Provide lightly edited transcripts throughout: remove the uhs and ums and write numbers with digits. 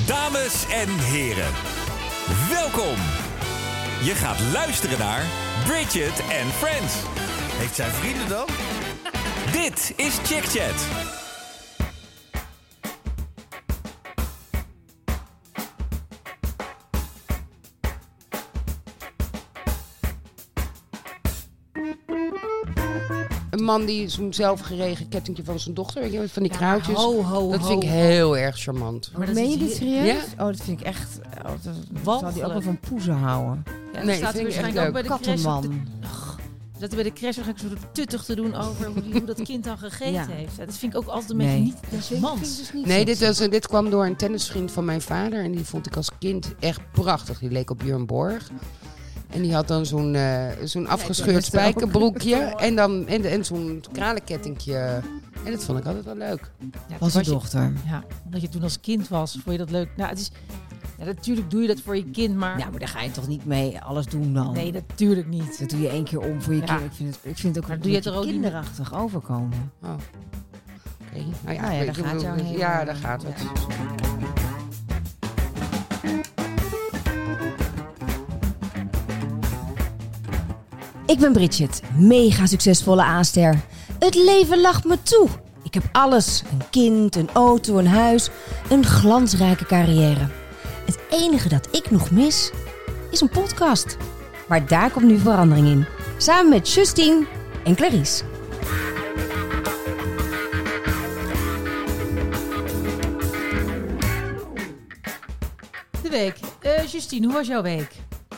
Dames en heren, welkom. Je gaat luisteren naar Bridget and Friends. Heeft zij vrienden dan? Dit is Chick Chat. Een man die zo'n zelfgeregen kettingje van zijn dochter, weet je, van die Ja, kruidjes. Dat vind ik heel erg charmant. Maar dat Meen is je dit serieus? Ja? Oh, dat vind ik echt... Oh, dat zal Walgelijk. die ook wel van poezen houden. Ja, Nee, staat vind ik waarschijnlijk echt ook bij de crash. Kattenman. Dat bij de crash waarschijnlijk zo tuttig te doen over hoe dat kind dan gegeten Ja. heeft. Ja, dat vind ik ook altijd een Nee. beetje niet des mans. Nee, dit kwam door een tennisvriend van mijn vader. En die vond ik als kind echt prachtig. Die leek op Björn Borg. En die had dan zo'n afgescheurd spijkerbroekje. En zo'n kralenkettingje. En dat vond ik altijd wel leuk. Ja, Van zijn dochter. Ja, omdat je toen als kind was, vond je dat leuk. Nou, het is, ja, natuurlijk doe je dat voor je kind, maar... Ja, maar daar ga je toch niet mee alles doen dan? Nee, natuurlijk niet. Dat doe je 1 keer om voor je Ja. kind. Ik vind het ook Maar een doe je het beetje er ook niet kinderachtig overkomen. Oh. Oké. Nou ja, Nou ja, ik daar bedoel, gaat jouw hele- ja, daar gaat het. Ik ben Bridget, mega succesvolle aanster. Het leven lacht me toe. Ik heb alles. Een kind, een auto, een huis, een glansrijke carrière. Het enige dat ik nog mis, is een podcast. Maar daar komt nu verandering in. Samen met Justine en Clarice. De week. Justine, hoe was jouw week?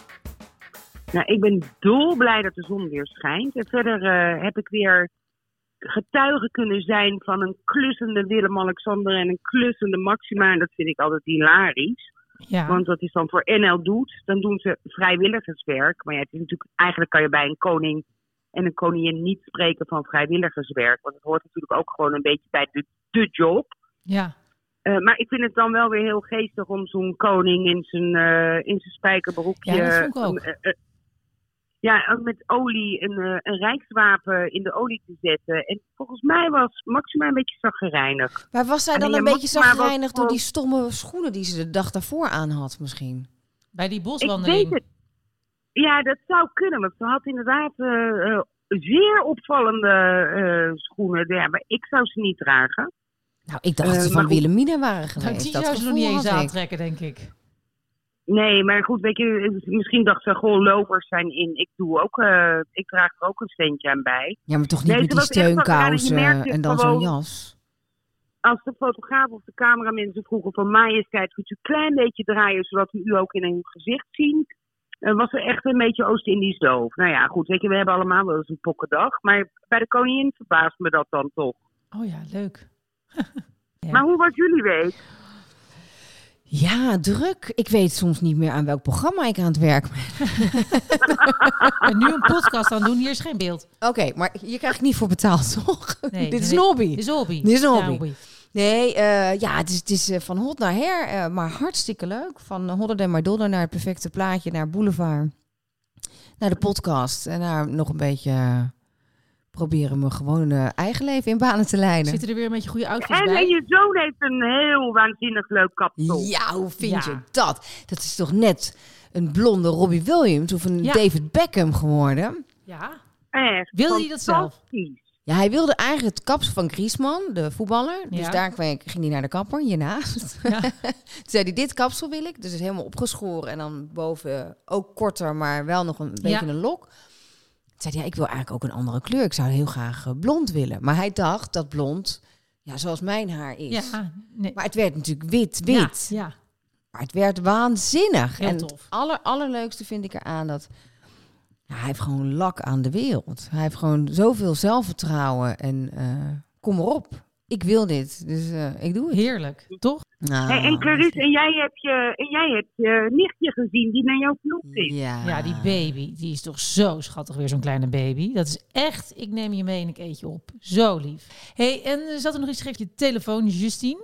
Nou, ik ben dolblij dat de zon weer schijnt. En verder heb ik weer getuige kunnen zijn van een klussende Willem-Alexander en een klussende Maxima. En dat vind ik altijd hilarisch. Ja. Want dat is dan voor NL Doet. Dan doen ze vrijwilligerswerk. Maar ja, het is natuurlijk, eigenlijk kan je bij een koning en een koningin niet spreken van vrijwilligerswerk. Want het hoort natuurlijk ook gewoon een beetje bij de job. Ja. Maar ik vind het dan wel weer heel geestig om zo'n koning in zijn spijkerbroekje... Ja, dat vond ik ook. Met olie een rijkswapen in de olie te zetten. En volgens mij was Maxima een beetje chagrijnig. Maar was zij dan Nee, een ja, beetje Maxima was zagrijnig door gewoon- die stomme schoenen die ze de dag daarvoor aan had misschien? Bij die Ik boswandeling. weet het. Ja, dat zou kunnen. Want ze had inderdaad zeer opvallende schoenen. Ja, maar ik zou ze niet dragen. Nou, ik dacht dat ze maar van goed. Wilhelmina waren Nou, geweest. die dat zou ze nog gevoel niet eens had ik. aantrekken, denk ik. Nee, maar goed, weet je, misschien dacht ze gewoon lopers zijn in. Ik draag er ook een steentje aan bij. Ja, maar toch niet Nee, met ze die was echt wel raar. Je steunkousen merkt het en dan gewoon. zo'n jas. Als de fotograaf of de cameramensen vroegen van majesteit, kunt u een klein beetje draaien zodat we u ook in een gezicht zien, was er echt een beetje Oost-Indisch doof. Nou ja, goed, weet je, we hebben allemaal wel eens een pokkendag, maar bij de koningin verbaast me dat dan toch. Oh ja, leuk. Ja. Maar hoe was jullie week? Ja, druk. Ik weet soms niet meer aan welk programma ik aan het werk ben. En nu een podcast aan doen, hier is geen beeld. Oké, maar hier krijg ik niet voor betaald, toch? Nee, Dit is een hobby. Dit is een hobby. Dit is een Ja, hobby. Nee, het is van hot naar her, maar hartstikke leuk. Van Hodder en Dodder naar het perfecte plaatje, naar Boulevard, naar de podcast en naar nog een beetje proberen mijn gewone eigen leven in banen te leiden. Zitten er weer een beetje goede outfits En bij? je zoon heeft een heel waanzinnig leuk kapsel. Ja, hoe vind Ja. je dat? Dat is toch net een blonde Robbie Williams of een Ja. David Beckham geworden? Ja. Echt, Wilde hij dat zelf? fantastisch. Ja, hij wilde eigenlijk het kapsel van Griezmann, de voetballer. Dus Ja. daar ging hij naar de kapper, hiernaast. Ja. Toen zei hij, dit kapsel wil ik. Dus het is helemaal opgeschoren en dan boven ook korter, maar wel nog een beetje een lok. Toen zei hij, ja, ik wil eigenlijk ook een andere kleur. Ik zou heel graag blond willen. Maar hij dacht dat blond, ja, zoals mijn haar is. Ja, nee. Maar het werd natuurlijk wit. Ja. Maar het werd waanzinnig. Heel en tof. het allerleukste vind ik eraan dat hij heeft gewoon lak aan de wereld. Hij heeft gewoon zoveel zelfvertrouwen en kom maar op. Ik wil dit, dus ik doe het. Heerlijk, toch? Nou, En Clarice, en jij hebt je nichtje gezien die naar jouw vloed zit. Ja, die baby, die is toch zo schattig weer, zo'n kleine baby. Dat is echt, ik neem je mee en ik eet je op. Zo lief. Hey, en zat er nog iets, geef je telefoon, Justine?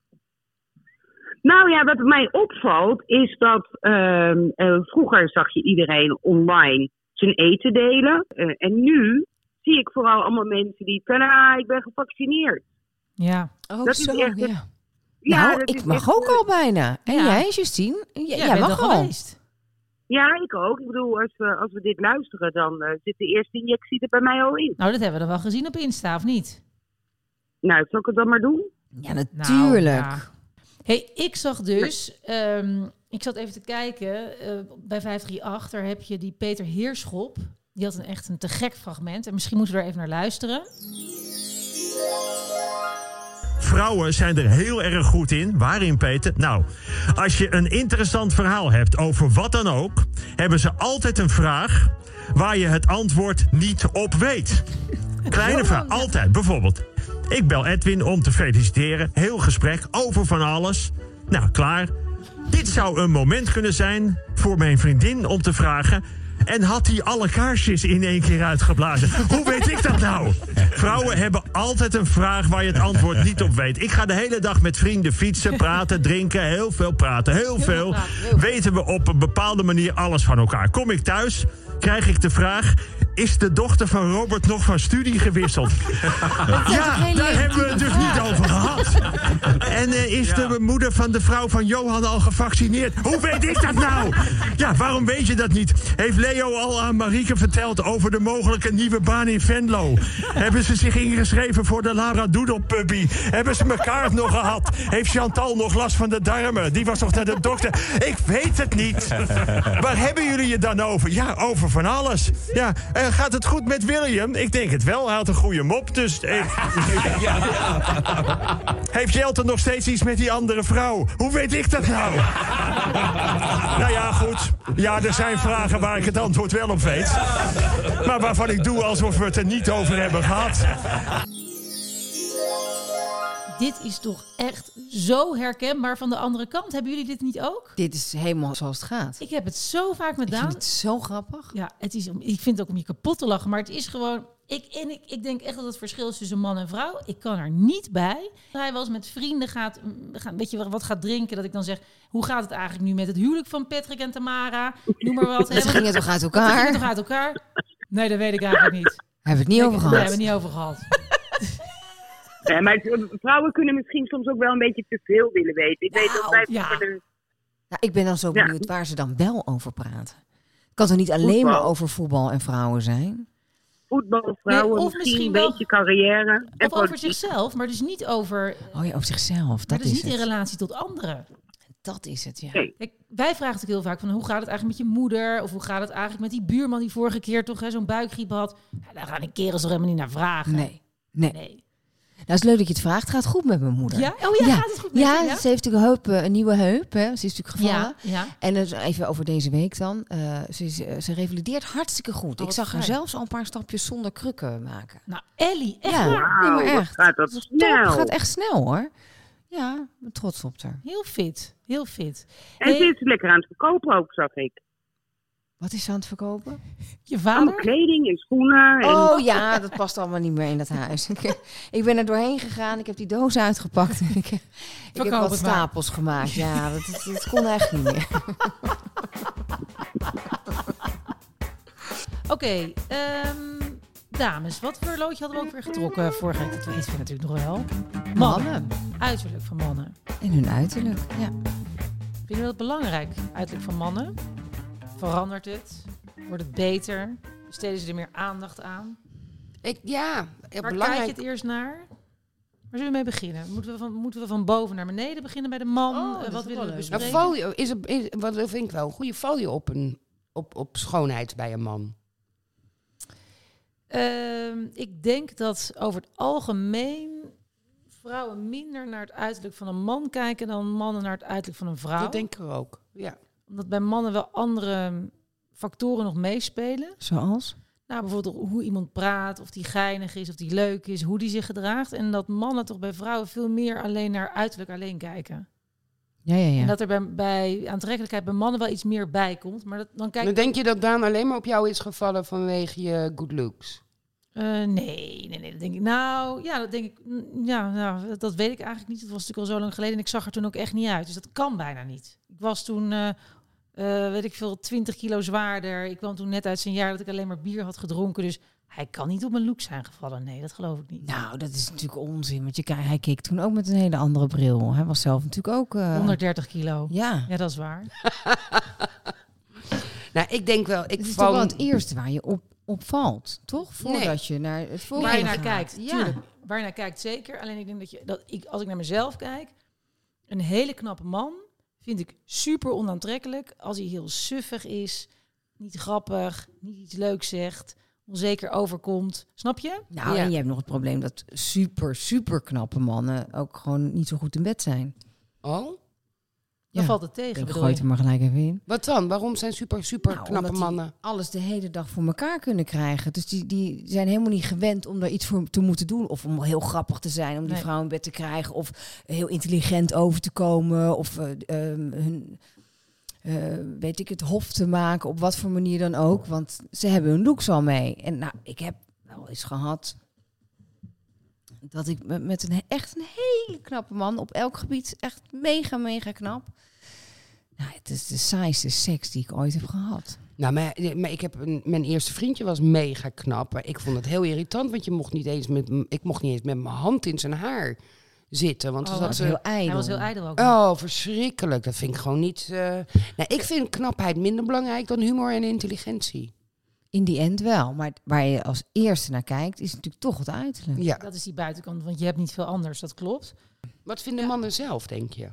Nou ja, wat mij opvalt is dat vroeger zag je iedereen online zijn eten delen. En nu zie ik vooral allemaal mensen die van, ik ben gevaccineerd. Ja. Oh, dat is zo, echt ja. Nou, dat ik is mag echt, ook al bijna. En Ja. jij, Justine? Jij bent mag al al. geweest. Ja, ik ook. Ik bedoel, als we dit luisteren, dan zit de eerste injectie er bij mij al in. Nou, dat hebben we dan wel gezien op Insta, of niet? Nou, zal ik het dan maar doen? Ja, natuurlijk. Nou, ja. Hey, ik zag dus... ik zat even te kijken. Bij 538, daar heb je die Peter Heerschop. Die had echt een te gek fragment. En misschien moeten we er even naar luisteren. Vrouwen zijn er heel erg goed in. Waarin, Peter? Nou, als je een interessant verhaal hebt over wat dan ook, hebben ze altijd een vraag waar je het antwoord niet op weet. Kleine vraag, altijd. Bijvoorbeeld, ik bel Edwin om te feliciteren. Heel gesprek over van alles. Nou, klaar. Dit zou een moment kunnen zijn voor mijn vriendin om te vragen: en had hij alle kaarsjes in één keer uitgeblazen? Hoe weet ik dat nou? Vrouwen hebben altijd een vraag waar je het antwoord niet op weet. Ik ga de hele dag met vrienden fietsen, praten, drinken. Heel veel praten, heel veel. Weten we op een bepaalde manier alles van elkaar. Kom ik thuis, krijg ik de vraag: is de dochter van Robert nog van studie gewisseld? Ja, daar hebben we het dus niet over gehad. En is de moeder van de vrouw van Johan al gevaccineerd? Hoe weet ik dat nou? Ja, waarom weet je dat niet? Heeft Leo al aan Marieke verteld over de mogelijke nieuwe baan in Venlo? Hebben ze zich ingeschreven voor de Labradoodle puppy? Hebben ze elkaar nog gehad? Heeft Chantal nog last van de darmen? Die was toch naar de dokter? Ik weet het niet. Waar hebben jullie het dan over? Ja, over van alles. Ja, gaat het goed met William? Ik denk het wel. Hij had een goede mop, dus... Heeft Jelton nog steeds iets met die andere vrouw? Hoe weet ik dat nou? Nou ja, goed. Ja, er zijn vragen waar ik het antwoord wel op weet. Maar waarvan ik doe alsof we het er niet over hebben gehad. Dit is toch echt zo herkenbaar van de andere kant. Hebben jullie dit niet ook? Dit is helemaal zoals het gaat. Ik heb het zo vaak met Ik Daan. vind het zo grappig. Ja, ik vind het ook om je kapot te lachen. Maar het is gewoon... Ik denk echt dat het verschil is tussen man en vrouw. Ik kan er niet bij. Hij wel eens met vrienden gaat weet je, wat gaat drinken. Dat ik dan zeg, hoe gaat het eigenlijk nu met het huwelijk van Patrick en Tamara? Noem maar wat. Dat ging het toch uit elkaar? Ging het toch uit elkaar? Nee, dat weet ik eigenlijk niet. Hebben we het niet over gehad? Daar hebben we het niet over gehad. Ja, maar vrouwen kunnen misschien soms ook wel een beetje te veel willen weten. Ik weet dat wij... ja. Nou, ik ben dan zo benieuwd waar ze dan wel over praten. Het kan toch niet alleen maar over voetbal en vrouwen zijn? Voetbal, vrouwen, of misschien een wel- beetje carrière. Of over zichzelf, maar dus niet over... Oh ja, over zichzelf. Maar Dat dus is niet in het. relatie tot anderen. Dat is het, ja. Nee. Kijk, wij vragen natuurlijk heel vaak van hoe gaat het eigenlijk met je moeder? Of hoe gaat het eigenlijk met die buurman die vorige keer toch zo'n buikgriep had? Nou, daar gaan de kerels toch helemaal niet naar vragen. Nee. Nee. Nou, is leuk dat je het vraagt. Het gaat goed met mijn moeder. Ja? Oh ja, gaat het goed met ja, je? Ja, ze heeft natuurlijk een nieuwe heup. Hè. Ze is natuurlijk gevallen. ja. En dus even over deze week dan. Ze revalideert hartstikke goed. Ik wat zag haar fijn. zelfs al een paar stapjes zonder krukken maken. Nou, Ellie, echt Ja, waar. nee, maar Wauw, echt. wat gaat dat is snel. top. Gaat echt snel hoor. Ja, ik ben trots op haar. Heel fit, heel fit. En Hey, ze is lekker aan het verkopen ook, zag ik. Wat is ze aan het verkopen? je Allemaal vader? kleding en schoenen. En... Oh ja, dat past allemaal niet meer in dat huis. Ik ben er doorheen gegaan. Ik heb die doos uitgepakt. En ik heb Verkoop wat het maar. stapels gemaakt. Ja, dat kon echt niet meer. Oké, dames, wat voor loodje hadden we ook weer getrokken vorige week? Dat weten we natuurlijk nog wel. Mannen. Uiterlijk van mannen. En hun uiterlijk, ja. Vinden we dat belangrijk, uiterlijk van mannen? Verandert het? Wordt het beter? Besteden ze er meer aandacht aan? Waar Waar belangrijk. kijk je het eerst naar? Waar zullen we mee beginnen? Moeten we van boven naar beneden beginnen bij de man? Wat willen we Een bespreken? folie wat vind ik wel een goede folie op schoonheid bij een man. Ik denk dat over het algemeen vrouwen minder naar het uiterlijk van een man kijken dan mannen naar het uiterlijk van een vrouw. Dat denk ik ook. Ja. Omdat bij mannen wel andere factoren nog meespelen. Zoals? Nou, bijvoorbeeld hoe iemand praat, of die geinig is, of die leuk is, hoe die zich gedraagt. En dat mannen toch bij vrouwen veel meer alleen naar uiterlijk alleen kijken. Ja. En dat er bij aantrekkelijkheid bij mannen wel iets meer bij komt. Maar dan kijk Dan denk je dat Daan alleen maar op jou is gevallen vanwege je good looks? Nee, dat denk ik. Nou, ja, dat denk ik. Dat weet ik eigenlijk niet. Het was natuurlijk al zo lang geleden en ik zag er toen ook echt niet uit. Dus dat kan bijna niet. Ik was toen, 20 kilo zwaarder. Ik kwam toen net uit zijn jaar dat ik alleen maar bier had gedronken. Dus Hij kan niet op mijn look zijn gevallen. Nee, dat geloof ik niet. Nou, dat is natuurlijk onzin. Want hij keek toen ook met een hele andere bril. Hij was zelf natuurlijk ook... 130 kilo. Ja. Ja, dat is waar. Nou, ik denk wel... Het is toch wel het eerste waar je op valt, toch? Voordat je naar het volgende Waar je naar gaat. kijkt, Ja. tuurlijk. Waar je naar kijkt, zeker. Alleen ik denk als ik naar mezelf kijk... Een hele knappe man vind ik super onaantrekkelijk. Als hij heel suffig is, niet grappig, niet iets leuks zegt... onzeker overkomt. Snap je? Nou, en je hebt nog het probleem dat super knappe mannen ook gewoon niet zo goed in bed zijn. Oh? Dan valt het tegen, Ik bedoel gooi je? het er maar gelijk even in. Wat dan? Waarom zijn super Nou, knappe omdat die mannen? alles de hele dag voor elkaar kunnen krijgen. Dus die zijn helemaal niet gewend om daar iets voor te moeten doen. Of om heel grappig te zijn, om die vrouw in bed te krijgen. Of heel intelligent over te komen. Of hun... weet ik het, hof te maken, op wat voor manier dan ook. Want ze hebben hun looks al mee. En nou, ik heb wel eens gehad dat ik met echt een hele knappe man op elk gebied, echt mega knap. Nou, het is de saaiste seks die ik ooit heb gehad. Nou, maar ik heb mijn eerste vriendje was mega knap. Maar ik vond het heel irritant, want ik mocht niet eens met mijn hand in zijn haar zitten. Want Dat was heel ijdel. Hij was heel ijdel ook. Oh, verschrikkelijk. Dat vind ik gewoon niet... ik vind knapheid minder belangrijk dan humor en intelligentie. In die end wel. Maar waar je als eerste naar kijkt, is natuurlijk toch het uiterlijk. Ja. Dat is die buitenkant, want je hebt niet veel anders. Dat klopt. Wat vinden mannen zelf, denk je?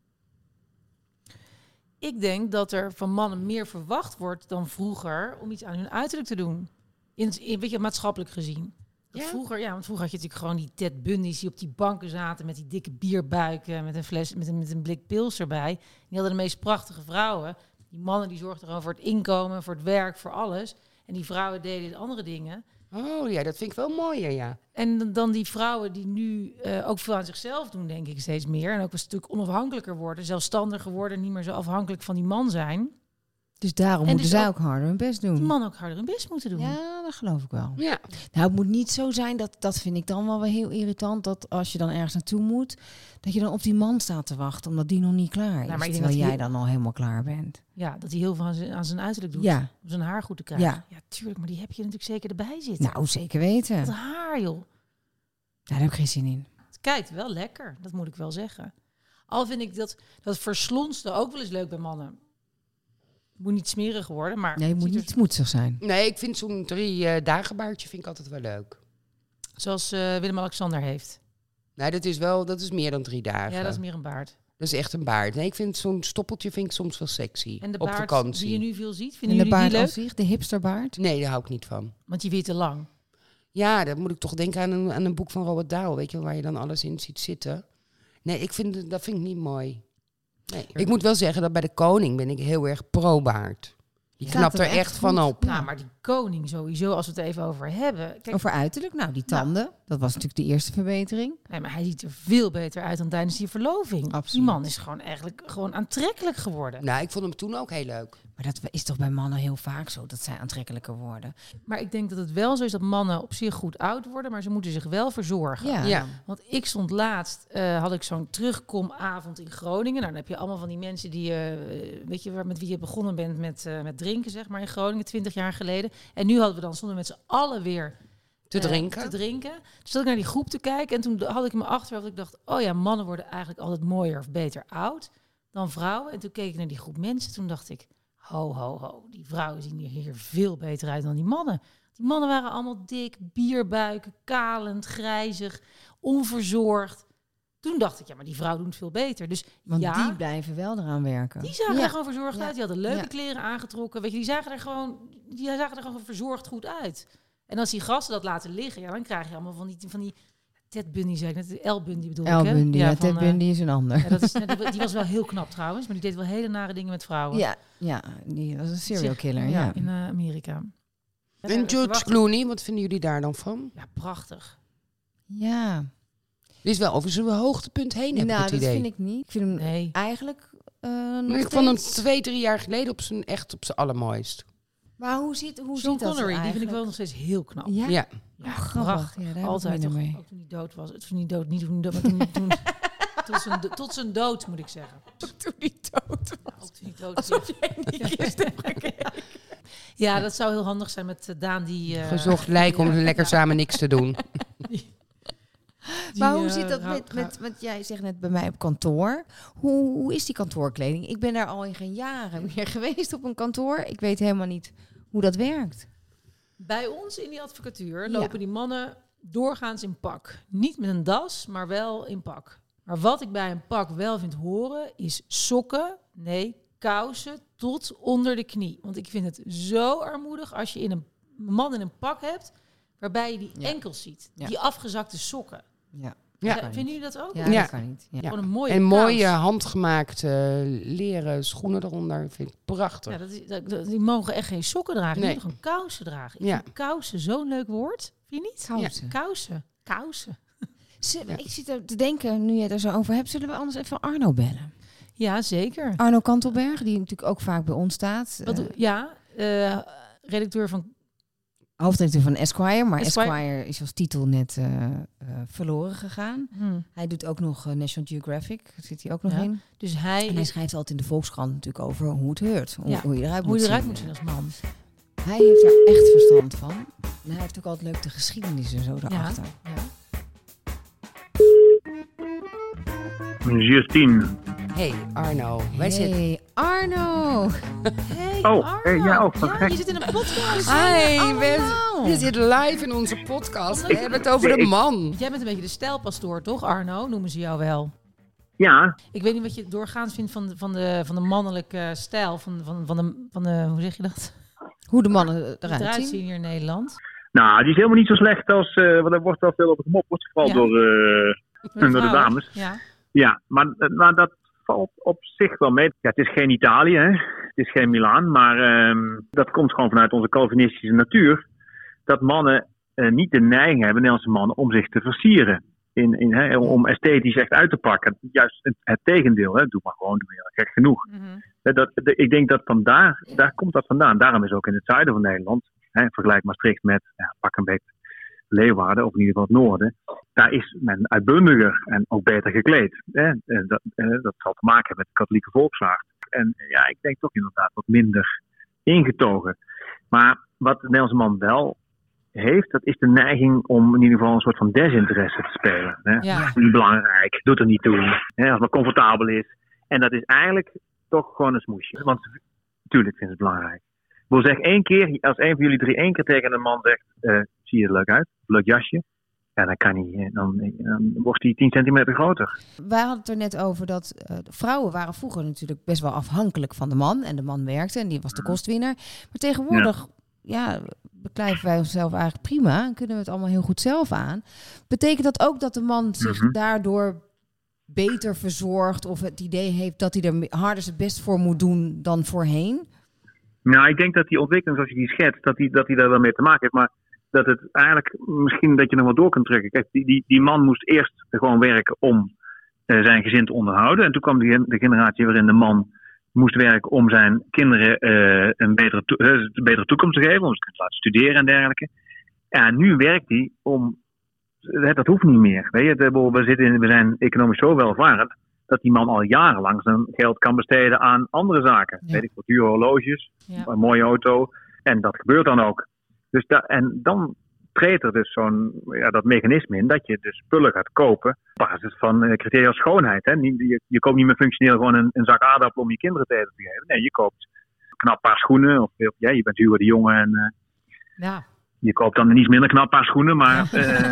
Ik denk dat er van mannen meer verwacht wordt dan vroeger om iets aan hun uiterlijk te doen. Weet je, maatschappelijk gezien. Ja? Vroeger, want vroeger had je natuurlijk gewoon die Ted Bundy's die op die banken zaten met die dikke bierbuiken, met een fles, met een blik pils erbij. Die hadden de meest prachtige vrouwen. Die mannen die zorgden gewoon voor het inkomen, voor het werk, voor alles. En die vrouwen deden de andere dingen. Oh ja, dat vind ik wel mooier, ja. En dan die vrouwen die nu ook veel aan zichzelf doen, denk ik steeds meer. En ook een stuk onafhankelijker worden, zelfstandiger worden, niet meer zo afhankelijk van die man zijn. Dus daarom En moeten dus zij ook ook harder hun best doen. Die man ook harder hun best moeten doen. Ja, dat geloof ik wel. Ja. Nou, het moet niet zo zijn, dat vind ik dan wel weer heel irritant, dat als je dan ergens naartoe moet, dat je dan op die man staat te wachten, omdat die nog niet klaar is. maar ik denk terwijl dat jij dan al helemaal klaar bent. Ja, dat hij heel veel aan zijn uiterlijk doet. Ja. Om zijn haar goed te krijgen. Ja. Ja, tuurlijk, maar die heb je natuurlijk zeker erbij zitten. Nou, zeker weten. Dat haar, joh. Daar heb ik geen zin in. Het kijkt wel lekker, dat moet ik wel zeggen. Al vind ik dat verslonste ook wel eens leuk bij mannen. Moet niet smerig worden, maar... Nee, het moet zo zijn. Nee, ik vind zo'n 3 dagen baardje vind ik altijd wel leuk. Zoals Willem-Alexander heeft. Nee, dat is meer dan 3 dagen. Ja, dat is meer een baard. Dat is echt een baard. Nee, ik vind zo'n stoppeltje vind ik soms wel sexy. En de op baard vakantie. die je nu veel ziet, En vinden de jullie baard die leuk? als zich, de hipsterbaard. Nee, daar hou ik niet van. Want die weer te lang. Ja, dan moet ik toch denken aan een boek van Robert Dahl, weet je, waar je dan alles in ziet zitten. Nee, dat vind ik niet mooi. Nee. Ik moet wel zeggen dat bij de koning ben ik heel erg pro-baard. Die Staat knapt er er echt echt van goed. op. Nou, maar die koning sowieso, als we het even over hebben. Kijk, Over uiterlijk, nou die tanden, dat was natuurlijk de eerste verbetering. nee, maar hij ziet er veel beter uit dan tijdens die verloving. Absoluut. Die man is gewoon eigenlijk aantrekkelijk geworden. Nou, ik vond hem toen ook heel leuk. Maar dat is toch bij mannen heel vaak zo, dat zij aantrekkelijker worden. Maar ik denk dat het wel zo is dat mannen op zich goed oud worden, maar ze moeten zich wel verzorgen. Ja. Want ik stond laatst, had ik zo'n terugkomavond in Groningen. Nou, dan heb je allemaal van die mensen die, weet je, met wie je begonnen bent met drinken, zeg maar, in Groningen 20 jaar geleden. En nu stonden we met z'n allen weer Te drinken. Dus zat ik naar die groep te kijken en toen had ik in mijn achterhoofd, ik dacht, oh ja, mannen worden eigenlijk altijd mooier of beter oud dan vrouwen. En toen keek ik naar die groep mensen, toen dacht ik, ho, die vrouwen zien hier veel beter uit dan die mannen. Die mannen waren allemaal dik, bierbuiken, kalend, grijzig, onverzorgd. Toen dacht ik, ja, maar die vrouwen doen het veel beter. Dus Want ja, die blijven wel eraan werken. die zagen Ja. er gewoon verzorgd Ja. uit. Die hadden leuke Ja. kleren aangetrokken. Weet je, die zagen er gewoon verzorgd goed uit. En als die gasten dat laten liggen, ja, dan krijg je allemaal van die Ted Bundy, zei ik net, El Bundy bedoel El ik, hè? Bundy, ja, van, Ted Bundy is een ander. ja, dat is, die was wel heel knap trouwens, maar die deed wel hele nare dingen met vrouwen. Ja, die was een serial killer. Ja, Ja. in Amerika. En George Verwacht- Clooney, wat vinden jullie daar dan van? Ja, prachtig. Ja. Die is wel over zijn hoogtepunt heen, heb ik Nou, het dat idee. vind ik niet. Ik vind hem Nee. eigenlijk nog Ik vond hem steeds- 2-3 jaar geleden op zijn allermooist. Maar hoe ziet Sean dat er Connery, die vind ik eigenlijk? wel nog steeds heel knap. Ja? Ja. Ja, grappig. prachtig. Ja, daar heb ik Altijd minder toch, mee. ook toen hij dood was. Toen hij dood, niet toen hij dood, maar tot zijn dood, moet ik zeggen. Toen die dood Ook toen hij dood was. jij niet eerst hebt gekeken. Ja, dat zou heel handig zijn met Daan die... Gezocht lijk om lekker samen niks te doen. Maar hoe zit dat met want jij zegt net bij mij op kantoor. Hoe is die kantoorkleding? Ik ben daar al in geen jaren meer geweest op een kantoor. Ik weet helemaal niet hoe dat werkt. Bij ons in die advocatuur lopen die mannen doorgaans in pak. Niet met een das, maar wel in pak. Maar wat ik bij een pak wel vind horen, is sokken, kousen tot onder de knie. Want ik vind het zo armoedig als je een man in een pak hebt, waarbij je die enkels ziet. Ja. Die afgezakte sokken. Vinden jullie dat ook? Ja, dat kan niet. Ja. Gewoon een mooie en kous. mooie handgemaakte leren schoenen eronder. Vind ik prachtig. Ja, die mogen echt geen sokken dragen. Die moeten gewoon kousen dragen. Ik vind kousen zo'n leuk woord. Vind je niet? Kousen. Kousen. Ik zit er te denken, nu je het er zo over hebt, zullen we anders even Arno bellen? Ja, zeker. Arno Kantelberg, die natuurlijk ook vaak bij ons staat. Redacteur van... Hoofdredacteur van Esquire, maar Esquire is als titel net verloren gegaan. Hij doet ook nog National Geographic, daar zit hij ook nog in. Dus hij schrijft altijd in de Volkskrant natuurlijk over hoe het heurt. Hoe je eruit moet zien als man. Hij heeft er echt verstand van. En hij heeft ook altijd leuk de geschiedenis en zo daarachter. Ja. Justine. Hey Arno. Arno. Je zit in een podcast. Je zit live in onze podcast. We hebben het over de man. Jij bent een beetje de stijlpastoor, toch Arno? Noemen ze jou wel. Ja. Ik weet niet wat je doorgaans vindt van de mannelijke stijl. Van de hoe zeg je dat? Hoe de mannen eruit zien hier in Nederland. Nou, die is helemaal niet zo slecht als... want er wordt wel veel op het gemopperd. Vooral door de dames. Ja, maar dat valt op zich wel mee. Ja, het is geen Italië, hè. Het is geen Milaan. Maar dat komt gewoon vanuit onze Calvinistische natuur. Dat mannen niet de neiging hebben, Nederlandse mannen, om zich te versieren. Om esthetisch echt uit te pakken. Juist het tegendeel. Hè. Doe maar gewoon, doe maar gek genoeg. Mm-hmm. Ik denk dat daar komt dat vandaan. Daarom is ook in het zuiden van Nederland, vergelijk Maastricht met pak een beetje Leeuwarden, of in ieder geval het noorden, daar is men uitbundiger en ook beter gekleed. Dat zal te maken hebben met de katholieke volksaard. En ik denk toch inderdaad wat minder ingetogen. Maar wat de Nederlandse man wel heeft, dat is de neiging om in ieder geval een soort van desinteresse te spelen. Niet belangrijk, doet er niet toe. Als het maar comfortabel is. En dat is eigenlijk toch gewoon een smoesje. Want natuurlijk vinden ze het belangrijk. Ik wil zeggen, één keer, als een van jullie 3 één keer tegen een man zegt, zie je er leuk uit, leuk jasje. Ja, dan kan hij, dan wordt hij 10 centimeter groter. Wij hadden het er net over dat vrouwen waren vroeger natuurlijk best wel afhankelijk van de man. En de man werkte en die was de kostwinner. Maar tegenwoordig beklijven wij onszelf eigenlijk prima. En kunnen we het allemaal heel goed zelf aan. Betekent dat ook dat de man zich daardoor beter verzorgt of het idee heeft dat hij er harder zijn best voor moet doen dan voorheen? Nou, ik denk dat die ontwikkeling zoals je die schetst, dat die daar wel mee te maken heeft. Maar dat het eigenlijk misschien dat je nog wel door kunt trekken. Kijk, die man moest eerst gewoon werken om zijn gezin te onderhouden. En toen kwam de generatie waarin de man moest werken om zijn kinderen een betere toekomst te geven. Om ze te laten studeren en dergelijke. En nu werkt hij om... Dat hoeft niet meer. Weet je? We zijn economisch zo welvarend dat die man al jarenlang zijn geld kan besteden aan andere zaken. Ja. Weet ik, voor dure horloges, een mooie auto. En dat gebeurt dan ook. Dus en dan treedt er dus dat mechanisme in dat je dus spullen gaat kopen op basis van criteria als schoonheid. Hè? Je koopt niet meer functioneel gewoon een zak aardappelen om je kinderen te eten te geven. Nee, je koopt een knap paar schoenen. Of je bent Hugo de Jonge en je koopt dan een iets minder knap paar schoenen. Maar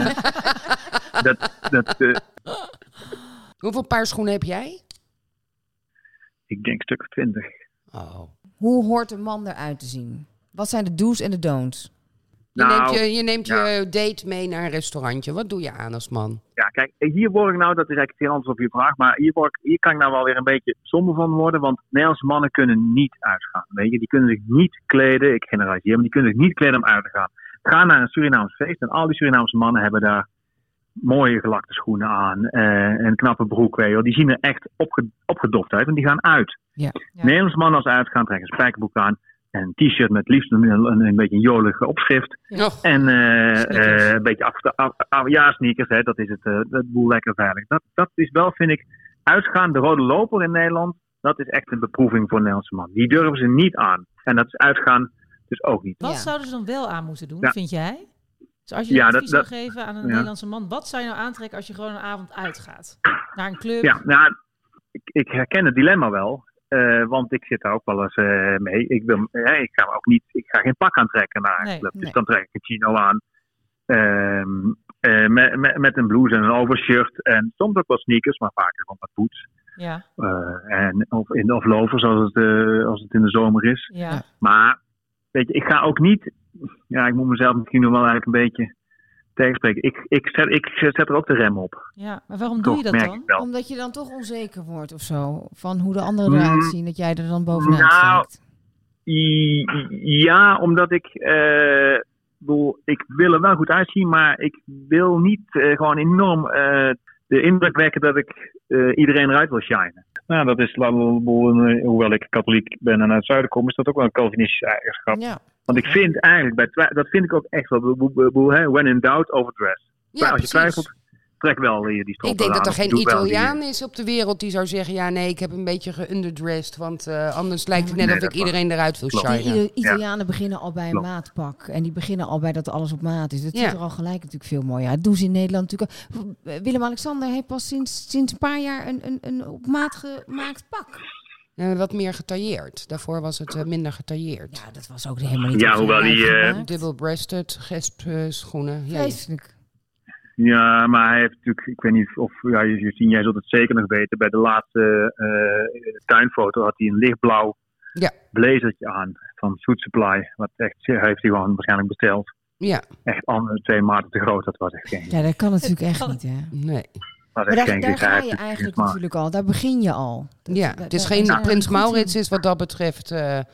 Hoeveel paar schoenen heb jij? Ik denk een stuk of 20. Oh. Hoe hoort een man eruit te zien? Wat zijn de do's en de don'ts? Je neemt je date mee naar een restaurantje. Wat doe je aan als man? Ja, kijk, hier word ik nou, dat is eigenlijk heel anders op je vraag, maar hier kan ik nou wel weer een beetje somber van worden, want Nederlandse mannen kunnen niet uitgaan. Weet je? Die kunnen zich niet kleden, ik generaliseer, maar die kunnen zich niet kleden om uit te gaan. Ga naar een Surinaams feest en al die Surinaamse mannen hebben daar mooie gelakte schoenen aan, een knappe broek, weet je wel. Die zien er echt opgedoft uit en die gaan uit. Ja. Nederlandse mannen als ze uitgaan trekken een spijkerbroek aan. En een t-shirt met liefst een beetje een jolig opschrift. Ja. En een beetje sneakers, hè, dat is het boel lekker veilig. Dat is wel, vind ik, uitgaan. De rode loper in Nederland, dat is echt een beproeving voor een Nederlandse man. Die durven ze niet aan. En dat is uitgaan dus ook niet. Wat zouden ze dan wel aan moeten doen, vind jij? Dus als je een advies zou geven aan een Nederlandse man, wat zou je nou aantrekken als je gewoon een avond uitgaat? Naar een club? Ja, nou, ik herken het dilemma wel. Want ik zit daar ook wel eens mee. Ik ga geen pak aantrekken naar een club. Dus dan trek ik een chino aan. Met een blouse en een overshirt. En soms ook wel sneakers, maar vaak gewoon met boots. Ja. Of lovers als het in de zomer is. Ja. Maar weet je, ik ga ook niet... Ja, ik moet mezelf misschien nog wel eigenlijk een beetje tegenspreken. Ik zet er ook de rem op. Ja, maar waarom doe je dat dan? Omdat je dan toch onzeker wordt of zo. Van hoe de anderen eruit zien. Dat jij er dan bovenuit steekt. Ja, omdat ik wil er wel goed uitzien. Maar ik wil niet gewoon enorm de indruk wekken dat ik iedereen eruit wil shinen. Nou, dat is, hoewel ik katholiek ben en uit het zuiden kom, is dat ook wel een Calvinistische eigenschap. Ja. Want ik vind eigenlijk, dat vind ik ook echt wel, when in doubt, overdress. Ja, als je twijfelt, trek wel die stroppen. Ik denk dat er geen Italiaan is op de wereld die zou zeggen, ja nee, ik heb een beetje geunderdressed, want anders lijkt het net of ik iedereen eruit wil shinen. De Italianen beginnen al bij een maatpak en die beginnen al bij dat alles op maat is. Dat ziet er al gelijk natuurlijk veel mooier uit. Dat doen ze in Nederland natuurlijk al. Willem-Alexander heeft pas sinds een paar jaar een op maat gemaakt pak. Wat meer getailleerd. Daarvoor was het minder getailleerd. Ja, dat was ook helemaal niet. Ja, hoewel die double-breasted gesp schoenen. Vreselijk. Ja, maar hij heeft natuurlijk, ik weet niet of, jij zult het zeker nog weten, bij de laatste tuinfoto had hij een lichtblauw blazertje aan van Food Supply. Wat echt, heeft hij gewoon waarschijnlijk besteld. Ja. Echt 2 maten te groot, dat was echt geen. Ja, dat kan natuurlijk echt niet, hè? Nee. Maar daar ga je eigenlijk natuurlijk al, daar begin je al. Het is geen Prins Maurits is wat dat betreft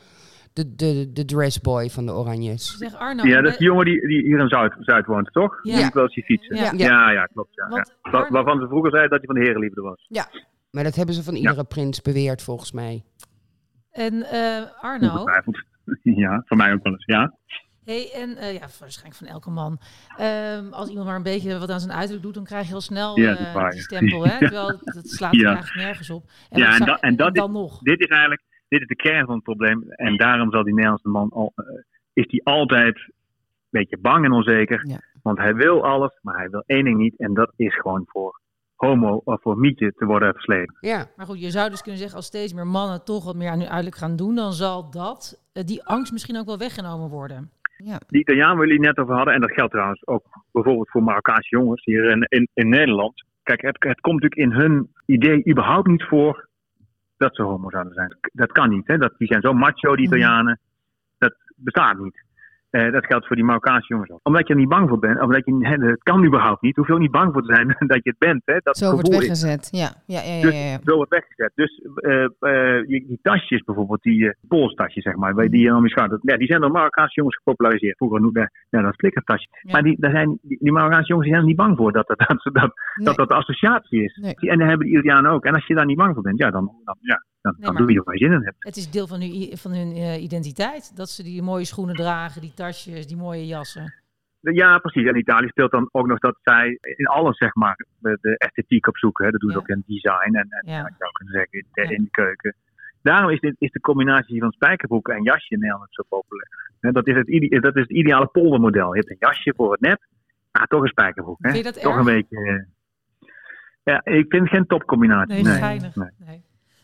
de dressboy van de Oranjes. Zeg Arno, ja, dat is die jongen die hier in Zuid woont, toch? Ja. Die moet wel eens hier fietsen. Ja, klopt. Ja. Waarvan ze vroeger zei dat hij van de herenliefde was. Ja, maar dat hebben ze van iedere prins beweerd volgens mij. En Arno? Ja, van mij ook wel eens, ja. Hey, en waarschijnlijk van elke man. Als iemand maar een beetje wat aan zijn uiterlijk doet, dan krijg je heel snel die stempel. Hè? Terwijl dat slaat er eigenlijk nergens op. En dan nog. Dit is de kern van het probleem. En daarom zal die Nederlandse man is die altijd een beetje bang en onzeker. Ja. Want hij wil alles, maar hij wil één ding niet. En dat is gewoon voor homo of voor mietje te worden versleten. Ja, maar goed, je zou dus kunnen zeggen, als steeds meer mannen toch wat meer aan hun uiterlijk gaan doen, dan zal die angst misschien ook wel weggenomen worden. Ja. Die Italiaan waar jullie net over hadden, en dat geldt trouwens ook bijvoorbeeld voor Marokkaanse jongens hier in Nederland. Kijk, het komt natuurlijk in hun idee überhaupt niet voor dat ze homo zouden zijn. Dat kan niet, hè? Die zijn zo macho, die Italianen. Dat bestaat niet. Dat geldt voor die Marokkaanse jongens ook. Omdat je er niet bang voor bent, of dat je het kan überhaupt niet. Hoef je ook niet bang voor te zijn dat je het bent. Hè? Dat zo wordt weggezet, ja. Zo wordt weggezet. Dus die tasjes bijvoorbeeld, die polstasjes zeg maar, die je aan je schouder. Die zijn door Marokkaanse jongens gepopulariseerd. Vroeger noemde dat flikkertasje. Ja. Maar die Marokkaanse jongens zijn er niet bang voor dat de associatie is. Nee. En dat hebben de Italianen ook. En als je daar niet bang voor bent, dan doe je waar je zin in hebt. Het is deel van hun identiteit. Dat ze die mooie schoenen dragen, die tasjes, die mooie jassen. Ja, precies. En Italië speelt dan ook nog dat zij in alles, zeg maar, de esthetiek opzoeken. Hè. Dat doen ze ook in design en ik zou kunnen zeggen in de keuken. Daarom is de combinatie van spijkerbroek en jasje in Nederland zo populair. Dat is het ideale poldermodel. Je hebt een jasje voor het net, maar toch een spijkerbroek. Vind je dat toch erg? Een beetje. Ja, ik vind het geen topcombinatie. Nee.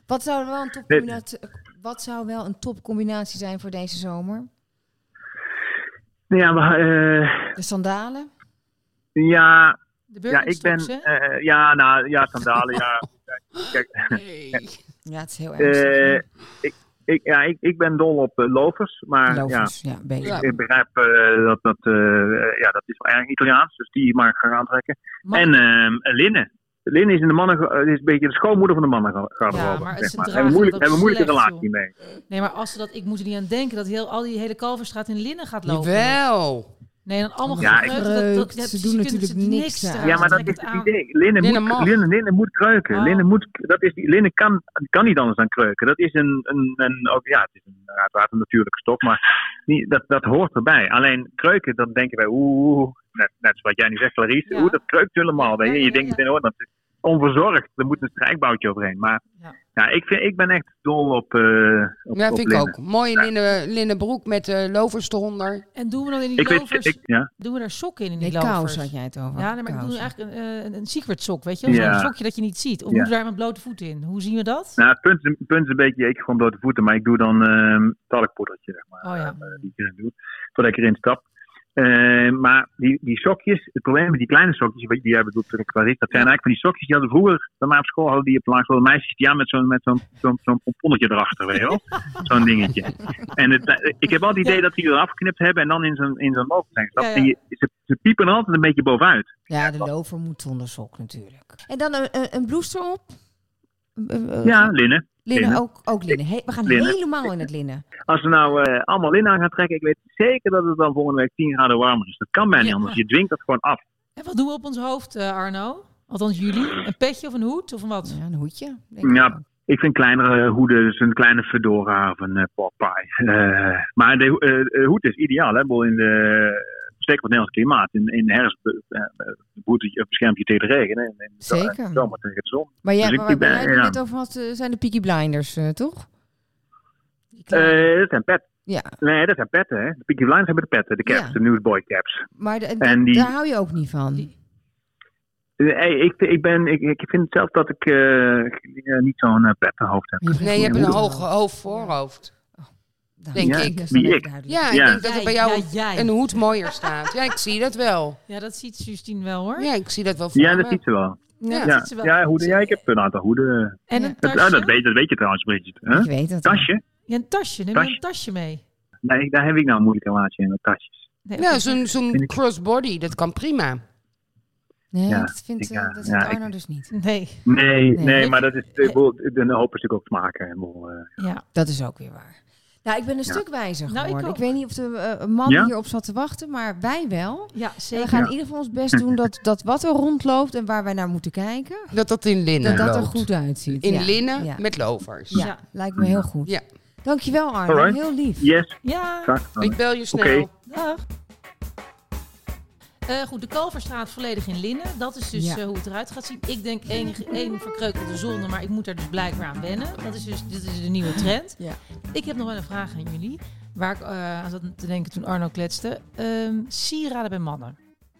Wat zou wel een topcombinatie zijn voor deze zomer? Ja, maar, de sandalen? Ja, ik ben... sandalen, ja. Kijk. Ja, het is heel erg. Ik ben dol op lovers, maar ik begrijp dat is wel erg Italiaans, dus die mag ik gaan aantrekken. En linnen. Linnen is in de mannen, is een beetje de schoonmoeder van de mannen garderobe. Ja, maar zeg maar. Hebben een moeilijke relatie mee. Nee, maar als ze dat, ik moet er niet aan denken dat al die hele Kalverstraat in linnen gaat lopen. Wel. Nee, dan allemaal gekreukt. Ze doen natuurlijk niks aan. Ja, maar dat is het idee. Linnen moet kreuken. Linnen kan niet anders dan kreuken. Dat is het is uiteraard een natuurlijke stof, maar dat hoort erbij. Alleen kreuken, dan denken wij, net zoals jij nu zegt, Clarice, dat kreukt helemaal. Je denkt meteen, dat is onverzorgd. Er moet een strijkboutje overheen. Maar Ja, ik ben echt dol op Ja, op vind ik linnen. ook. Mooie linnen broek met lovers eronder. En doen we dan in die lovers... Ja. Doen we daar sokken in die Nee, lovers? kous had jij het over. Ja, nee, maar ik bedoel Kousen. eigenlijk een secret sok, weet je? Ja. Zo'n sokje dat je niet ziet. Of Ja. moeten we daar met blote voeten in? Hoe zien we dat? Nou, het punt is een beetje, ik gewoon blote voeten, maar ik doe dan talkpoedertje, zeg maar. Oh ja. Die ik erin doe, voordat ik erin stap. Maar die sokjes, het probleem met die kleine sokjes, die jij bedoelt, dat zijn eigenlijk van die sokjes, die hadden vroeger, bij mij op school hadden die op laagste meisjes, die aan met zo'n pomponnetje erachter, weet je wel? Zo'n dingetje. En ik heb wel het idee dat die eraf geknipt hebben en dan in zo'n mogen zijn gestapt. Ja, ja. En ze piepen er altijd een beetje bovenuit. Ja, de lover moet zonder sok natuurlijk. En dan een blouse erop? Ja, linnen. Linnen, ook linnen. We gaan Linnen. helemaal in het linnen. Als we nou allemaal linnen aan gaan trekken, ik weet zeker dat het dan volgende week 10 graden warmer is. Dat kan bijna niet anders. Je dwingt dat gewoon af. En wat doen we op ons hoofd, Arno? Althans jullie. Een petje of een hoed of een wat? Ja, een hoedje. Denk ik Ja, ook. ik vind kleinere hoeden, dus een kleine fedora of een porkpie. Maar de hoed is ideaal, hè? Zeker voor het Nederlands klimaat. In de herfst beschermt je tegen de regen. En in Zeker. de zomer tegen de zon. Maar jij, Dus waar jij het net over had, zijn de Peaky Blinders, toch? Dat zijn petten. Ja. Nee, dat zijn petten, hè. De Peaky Blinders hebben de petten, de caps, Ja. de newsboy caps. Maar En die- daar hou je ook niet van. Ik vind zelf dat ik niet zo'n pettenhoofd heb. Nee, je hebt een hoog voorhoofd. Denk Ja, ik. Dat is wie dan ik? even duidelijk. Ja, ik Ja. denk dat er bij jou Jij. een hoed mooier staat. Ja, ik zie dat wel. Ja, dat ziet Justine wel hoor. Ja, ik zie dat wel voor Ja, me. dat ziet ze wel. Ja, dat Ja, ziet ze wel. ja, hoeden. Ja, ik heb een aantal hoeden. En een Dat tasje? weet je trouwens, Bridget. Huh? Ik weet het. Tasje? Ja, een tasje. Neem je Tasje. een tasje mee? Nee, daar heb ik nou een moeilijke relatie in met tasjes. Nee, Ja, oké. zo'n Vind ik- crossbody, dat kan prima. Nee, Ja, dat vindt ik, Arno dus niet. Nee. Nee, maar dat is een hoop natuurlijk ook te maken. Ja. Dat is ook weer waar. Nou, ik ben een stuk wijzer Nou, ik geworden. Ik, ook. weet niet of de man Ja? hierop zat te wachten, maar wij wel. Ja, En zeker. we gaan in ieder geval ons best doen dat wat er rondloopt en waar wij naar moeten kijken, Dat in linnen dat er loopt. goed uitziet. In Ja. linnen Ja. met lovers. Ja, Ja. lijkt me heel goed. Ja. Dankjewel Arno, Alright. heel lief. Yes, Ja. graag gedaan. Ik bel je snel. Oké. Dag. Goed, de Kalverstraat volledig in linnen. Dat is dus Ja. hoe het eruit gaat zien. Ik denk één verkreukelde zonde, maar ik moet er dus blijkbaar aan wennen. Dit is de nieuwe trend. Ja. Ik heb nog wel een vraag aan jullie. Waar ik aan zat te denken toen Arno kletste. Sieraden bij mannen.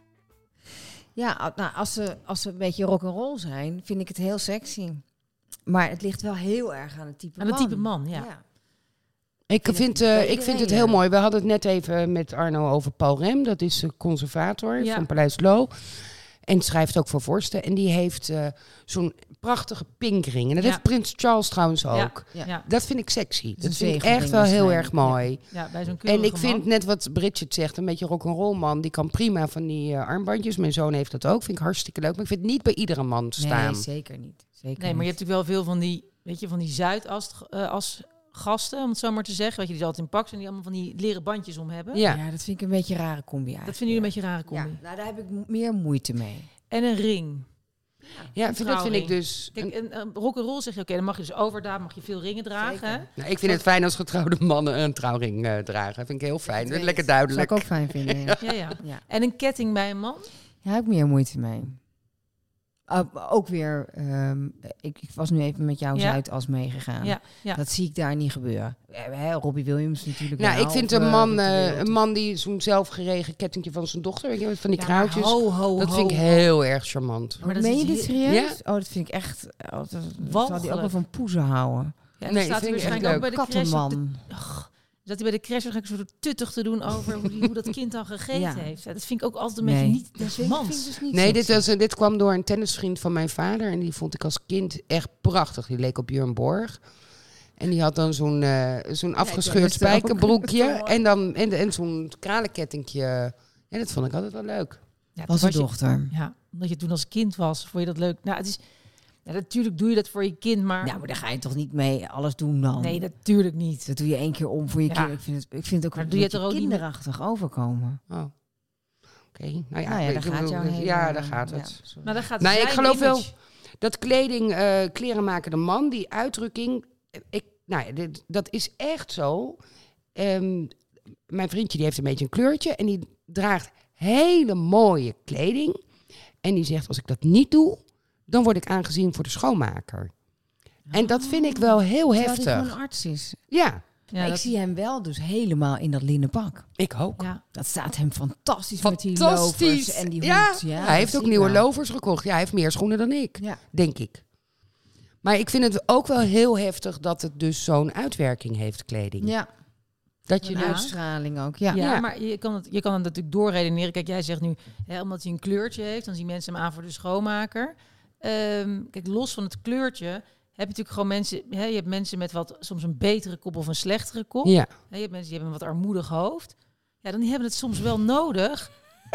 Ja, nou, als ze een beetje rock'n'roll zijn, vind ik het heel sexy. Maar het ligt wel heel erg aan het type Aan man. het type man, ja. Ik vind iedereen, het ja. heel mooi. We hadden het net even met Arno over Paul Rem. Dat is conservator Ja. van Paleis Loo. En schrijft ook voor vorsten. En die heeft zo'n prachtige pinkring. En dat Ja. heeft Prins Charles trouwens ook. Ja. Dat vind ik sexy. is Dat een vind ik zegelring echt wel heel erg waarschijnlijk. mooi. Ja, bij zo'n En keurige ik vind man. net wat Bridget zegt, een beetje rock'n'roll man. Die kan prima van die armbandjes. Mijn zoon heeft dat ook. Vind ik hartstikke leuk. Maar ik vind het niet bij iedere man staan. Nee, zeker niet. Zeker Nee, maar je niet. hebt natuurlijk wel veel van die, weet je, van die Zuidas gasten, om het zo maar te zeggen. Weet je, die altijd in pak zijn, die allemaal van die leren bandjes om hebben. Ja. Ja, dat vind ik een beetje een rare combi eigenlijk. Dat vinden jullie een beetje een rare combi. Ja, nou, daar heb ik meer moeite mee. En een ring. Ja, dat vind ik trouwring. dus... Kijk, een rock'n'roll zeg je, oké, dan mag je dus overdaad, mag je veel ringen dragen. Hè? Nou, ik vind het fijn als getrouwde mannen een trouwring dragen. Dat vind ik heel fijn. weet Lekker ik. duidelijk. Zou ik ook fijn vinden. Ja. Ja. Ja. En een ketting bij een man. Daar heb ik meer moeite mee. Ook weer, ik was nu even met jou Ja. Zuidas meegegaan. Ja. Dat zie ik daar niet gebeuren. Robbie Williams natuurlijk Nou, wel, ik vind of, een man die zo'n zelfgeregen kettingje van zijn dochter, weet je, met van die Ja, krautjes. ho, Dat vind ik heel erg charmant. Maar dat Meen is je dit heel- serieus? Oh, dat vind ik echt... dat zal die ook Walgelijk. wel van poezen houden. Ja, en Nee, dan staat hij vind ik echt waarschijnlijk ook bij de crash. Kattenman. Dat hij bij de crash waarschijnlijk een soort tuttig te doen over hoe dat kind dan gegeten Ja. heeft. Ja, dat vind ik ook altijd een Nee. beetje niet Dat vind ik mans. dus niet Nee, sexy. dit kwam door een tennisvriend van mijn vader. En die vond ik als kind echt prachtig. Die leek op Björn Borg. En die had dan zo'n afgescheurd het ook. spijkerbroekje. Dat is toch En, dan, en zo'n kralenkettingje. Ja, dat vond ik altijd wel leuk. Ja, Was toen een dochter. Ja, omdat je toen als kind was, vond je dat leuk. Nou, het is... Ja, natuurlijk doe je dat voor je kind, maar... Ja, maar daar ga je toch niet mee alles doen dan? Nee, natuurlijk niet. Dat doe je 1 keer om voor je Ja. kind. Ik vind het ook Maar een doe je het beetje er ook niet kinderachtig overkomen. Oh. Oké. Nou ja, Nou ja, daar gaat jouw hele... ja, daar gaat het. sorry. Maar dan gaat Nou, ik zijn geloof wel image. dat kleren maken de man, die uitdrukking, dat is echt zo. Mijn vriendje die heeft een beetje een kleurtje en die draagt hele mooie kleding. En die zegt, als ik dat niet doe, dan word ik aangezien voor de schoonmaker. En dat vind ik wel heel heftig. Terwijl hij gewoon arts is. Ja. Ja, ik zie hem wel dus helemaal in dat linnen pak. Ik ook. Ja. Dat staat hem fantastisch met die lovers en die hoed. Ja, hij heeft ook nieuwe lovers gekocht. Ja, hij heeft meer schoenen dan ik, denk ik. Maar ik vind het ook wel heel heftig dat het dus zo'n uitwerking heeft, kleding. Ja. Dat je een uitstraling ook. Ja, maar je kan het natuurlijk doorredeneren. Kijk, jij zegt nu, omdat hij een kleurtje heeft, dan zien mensen hem aan voor de schoonmaker. Kijk, los van het kleurtje heb je natuurlijk gewoon mensen. Je hebt mensen met soms een betere kop of een slechtere kop. Ja. Je hebt mensen die hebben een wat armoedig hoofd. Ja, dan hebben het soms wel nodig.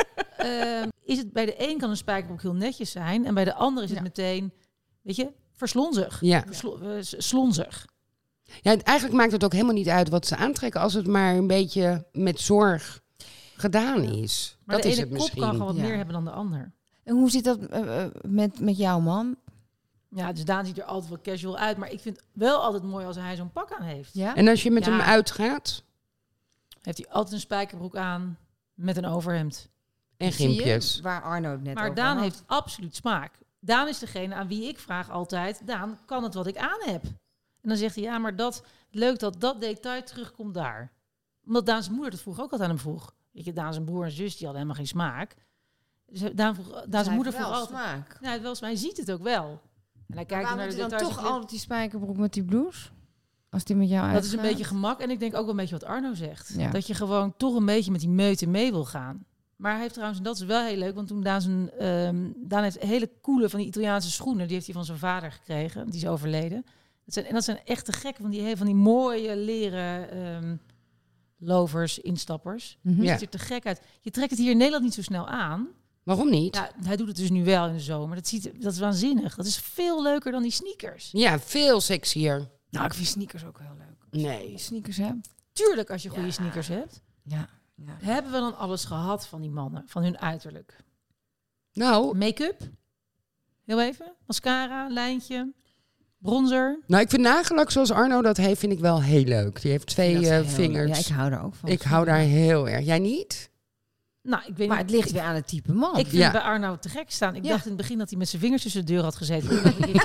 Is het bij de een kan een spijkerbroek heel netjes zijn en bij de ander is het meteen, weet je, verslonzig. Ja. Slonzig. Ja, eigenlijk maakt het ook helemaal niet uit wat ze aantrekken als het maar een beetje met zorg gedaan is. Maar dat de is ene het kop misschien. kan gewoon wat meer hebben dan de ander. En hoe zit dat met jouw man? Ja, dus Daan ziet er altijd wel casual uit. Maar ik vind het wel altijd mooi als hij zo'n pak aan heeft. Ja? En als je met hem uitgaat? Heeft hij altijd een spijkerbroek aan met een overhemd. En gimpjes. Waar Arno het net maar over Daan had. heeft absoluut smaak. Daan is degene aan wie ik vraag altijd... Daan, kan het wat ik aan heb? En dan zegt hij, ja, maar leuk dat detail terugkomt daar. Omdat Daan's moeder dat vroeger ook altijd aan hem vroeg. Weet je, Daan zijn broer en zus, die hadden helemaal geen smaak. Dus Daan's moeder vroeg altijd... smaak. Ja, wel, maar hij ziet het ook wel. En hij kijkt naar de dan details. toch altijd die spijkerbroek met die blouse? Als die met jou uitgaat? Dat is een beetje gemak. En ik denk ook wel een beetje wat Arno zegt. Ja. Dat je gewoon toch een beetje met die meute mee wil gaan. Maar hij heeft trouwens, en dat is wel heel leuk, want toen Daan heeft hele coole van die Italiaanse schoenen. Die heeft hij van zijn vader gekregen. Die is overleden. Dat zijn echt te gek van die mooie leren lovers, instappers. Mm-hmm. Het ziet er te gek uit. Je trekt het hier in Nederland niet zo snel aan. Waarom niet? Ja, hij doet het dus nu wel in de zomer. Dat is waanzinnig. Dat is veel leuker dan die sneakers. Ja, veel sexier. Nou, ik vind sneakers ook heel leuk. Nee. Sneakers hebben. Tuurlijk, als je goede sneakers hebt. Ja. Hebben we dan alles gehad van die mannen? Van hun uiterlijk? Nou, Make-up? Heel even. Mascara, lijntje, bronzer. Nou, ik vind nagellak zoals Arno dat heeft, vind ik wel heel leuk. Die heeft 2 vingers. Ja, ik hou er ook van. Ik hou daar heel erg. Jij niet? Nou, ik weet maar niet. het ligt weer aan het type man. Ik vind bij Arno te gek staan. Ik dacht in het begin dat hij met zijn vingers tussen de deur had gezeten.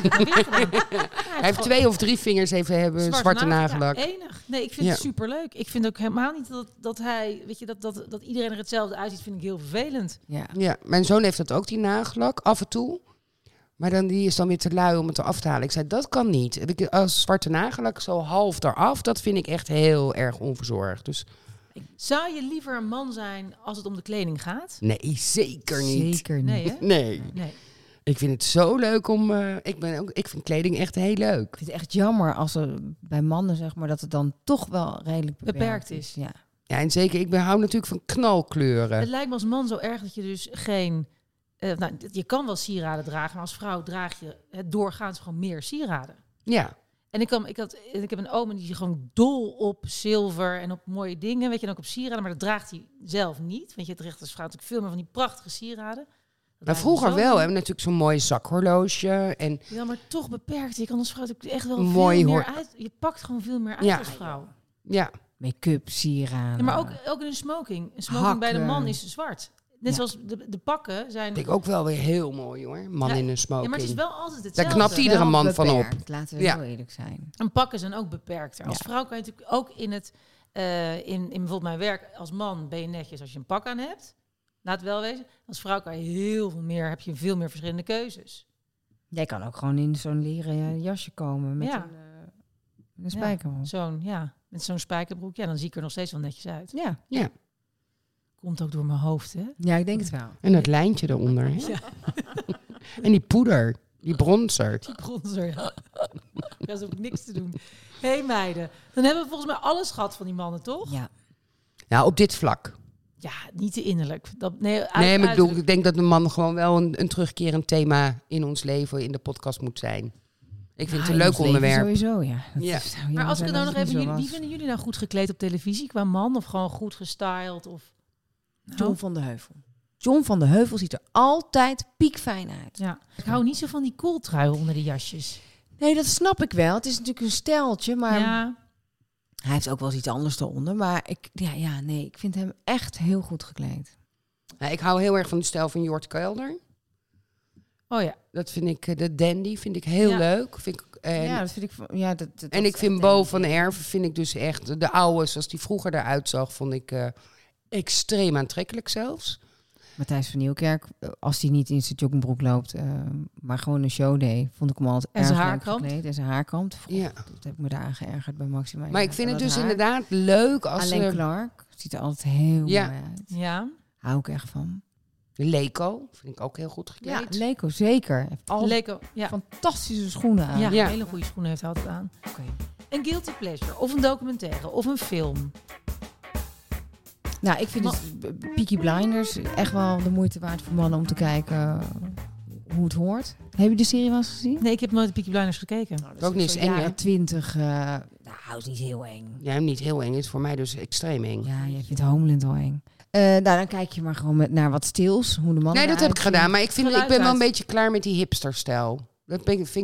Hij heeft 2 of 3 vingers hebben zwarte nagellak. Ja, enig. Nee, ik vind het superleuk. Ik vind ook helemaal niet dat hij, weet je, dat iedereen er hetzelfde uitziet, vind ik heel vervelend. Ja, mijn zoon heeft dat ook, die nagellak, af en toe. Maar die is dan weer te lui om het eraf te halen. Ik zei, dat kan niet. Als zwarte nagellak zo half eraf, dat vind ik echt heel erg onverzorgd. Dus... Zou je liever een man zijn als het om de kleding gaat? Nee, zeker niet. Zeker niet. Nee, hè? Nee. Ik vind het zo leuk om... ik vind kleding echt heel leuk. Ik vind het echt jammer als er bij mannen, zeg maar, dat het dan toch wel redelijk beperkt is. Ja, en zeker, ik hou natuurlijk van knalkleuren. Het lijkt me als man zo erg dat je dus geen... je kan wel sieraden dragen, maar als vrouw draag je het doorgaans gewoon meer sieraden. Ja. En ik heb een oom die gewoon dol op zilver en op mooie dingen, weet je, en ook op sieraden, maar dat draagt hij zelf niet. Want je draagt als vrouw natuurlijk veel meer van die prachtige sieraden. Maar vroeger wel, hebben we natuurlijk zo'n mooi zakhorloge. En ja, maar toch beperkt. Je kan als vrouw natuurlijk echt wel mooi veel meer uit. Je pakt gewoon veel meer uit als vrouw. Ja. Make-up, sieraden. Ja, maar ook in een smoking. Een smoking bij de man is zwart. Net zoals de pakken zijn... Vind ik ook wel weer heel mooi hoor. Man in een smoking. Ja, maar het is wel altijd hetzelfde. Daar knapt iedere man van op. Laten we heel eerlijk zijn. En pakken zijn ook beperkter. Als vrouw kan je natuurlijk ook in bijvoorbeeld mijn werk als man ben je netjes als je een pak aan hebt. Laat wel wezen. Als vrouw kan je heb je veel meer verschillende keuzes. Jij kan ook gewoon in zo'n leren jasje komen met een spijkerbroek. Met zo'n spijkerbroek. Ja, dan zie ik er nog steeds wel netjes uit. Ja. Komt ook door mijn hoofd, hè? Ja, ik denk het wel. En dat lijntje eronder. Hè? Ja. En die poeder. Die bronzer. Die bronzer, ja. Daar is ook niks te doen. Hé meiden, dan hebben we volgens mij alles gehad van die mannen, toch? Ja. Ja, op dit vlak. Ja, niet te innerlijk. Maar ik denk dat de man gewoon wel een terugkerend thema in ons leven, in de podcast moet zijn. Ik vind het een leuk onderwerp. Sowieso, ja. Maar als ik het nou nog even... Wie vinden jullie nou goed gekleed op televisie qua man? Of gewoon goed gestyled? Of... John van de Heuvel. John van de Heuvel ziet er altijd piekfijn uit. Ja. Ik hou niet zo van die kooltrui onder die jasjes. Nee, dat snap ik wel. Het is natuurlijk een steltje, maar... Ja. Hij heeft ook wel eens iets anders eronder. Maar ik vind hem echt heel goed gekleed. Ja, ik hou heel erg van de stijl van Jort Kelder. Oh ja. Dat vind ik, de Dandy vind ik heel leuk. Vind ik, dat vind ik... Ja, dat en ik vind Bo van Erven vind ik dus echt... De oude, zoals die vroeger eruit zag, vond ik extreem aantrekkelijk zelfs. Matthijs van Nieuwkerk, als hij niet in zijn joggingbroek loopt, maar gewoon een show deed, vond ik hem altijd erg leuk gekleed. En zijn haarkant. Ja. Dat heb ik me daar aan geërgerd bij Maxima. Maar ik vind het dus inderdaad leuk als... Alain Clark ziet er altijd heel mooi uit. Ja. Hou ik echt van. Leko vind ik ook heel goed gekleed. Ja, Leko zeker. Leko, fantastische schoenen aan. Ja, hele goede schoenen heeft hij altijd aan. Okay. Een guilty pleasure, of een documentaire, of een film. Nou, ik vind Peaky Blinders echt wel de moeite waard voor mannen om te kijken hoe het hoort. Heb je de serie wel eens gezien? Nee, ik heb nooit de Peaky Blinders gekeken. Nou, dat ook niet eng, jaren 20. Nou, is niet heel eng. Ja, niet heel eng. Is voor mij dus extreem eng. Ja, jij vindt Homeland wel eng. Nou, dan kijk je maar gewoon naar wat stils, hoe de mannen. Nee, dat heb ik gedaan. Maar ik ben wel een beetje klaar met die hipsterstijl. Maar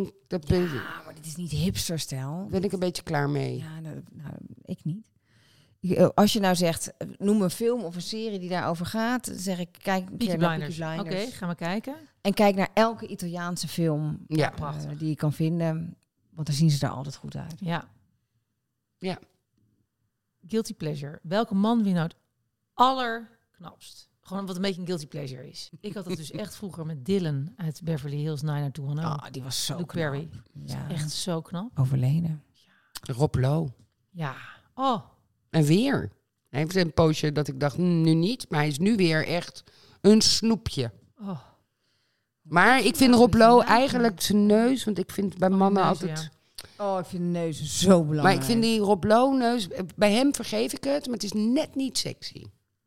dit is niet hipsterstijl. Daar ben ik een beetje klaar mee. Ja, nou, ik niet. Als je nou zegt, noem een film of een serie die daarover gaat, dan zeg ik, kijk een keer naar Peaky Blinders. Oké, gaan we kijken. En kijk naar elke Italiaanse film die je kan vinden, want dan zien ze er altijd goed uit. Ja. Guilty pleasure. Welke man vind je nou het allerknapst? Gewoon wat een beetje een guilty pleasure is. Ik had het dus echt vroeger met Dylan uit Beverly Hills 90210. Die was zo Luke knap. Perry. Ja. Echt zo knap. Overleden. Rob Lowe. Ja. Oh. En weer. Hij heeft een poosje dat ik dacht, nu niet. Maar hij is nu weer echt een snoepje. Oh. Maar ik vind Rob Lowe eigenlijk zijn neus. Want ik vind bij mannen altijd... Ja. Ik vind de neus zo belangrijk. Maar ik vind die Rob Lowe neus... Bij hem vergeef ik het, maar het is net niet sexy.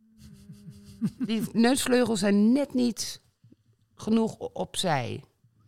Die neusvleugels zijn net niet genoeg opzij.